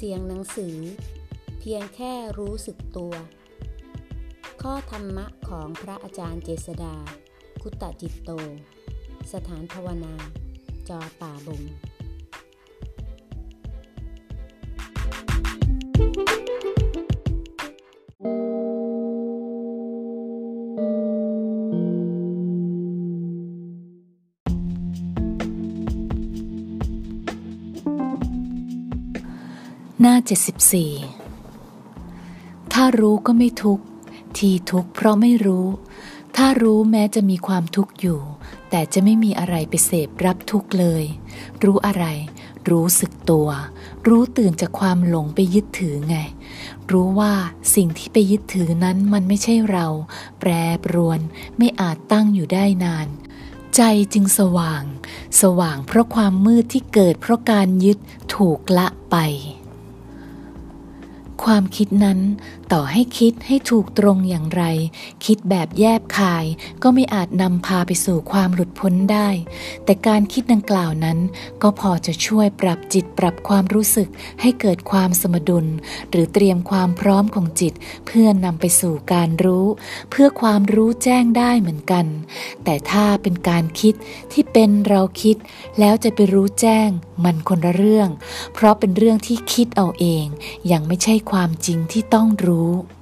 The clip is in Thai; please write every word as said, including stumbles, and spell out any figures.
สียงหนังสือเพียงแค่รู้สึกตัวข้อธรรมะของพระอาจารย์เจษฎาคุตจิตโตสถานภาวนาจอป่าบงหน้าเจ็ดสิบสี่ถ้ารู้ก็ไม่ทุกข์ที่ทุกข์เพราะไม่รู้ถ้ารู้แม้จะมีความทุกข์อยู่แต่จะไม่มีอะไรไปเสพรับทุกข์เลยรู้อะไรรู้สึกตัวรู้ตื่นจากความหลงไปยึดถือไงรู้ว่าสิ่งที่ไปยึดถือนั้นมันไม่ใช่เราแปรปรวนไม่อาจตั้งอยู่ได้นานใจจึงสว่างสว่างเพราะความมืดที่เกิดเพราะการยึดถูกละไปความคิดนั้นต่อให้คิดให้ถูกตรงอย่างไรคิดแบบแยบคายก็ไม่อาจนำพาไปสู่ความหลุดพ้นได้แต่การคิดดังกล่าวนั้นก็พอจะช่วยปรับจิตปรับความรู้สึกให้เกิดความสมดุลหรือเตรียมความพร้อมของจิตเพื่อนำไปสู่การรู้เพื่อความรู้แจ้งได้เหมือนกันแต่ถ้าเป็นการคิดที่เป็นเราคิดแล้วจะไปรู้แจ้งมันคนละเรื่องเพราะเป็นเรื่องที่คิดเอาเองยังไม่ใช่ความจริงที่ต้องรู้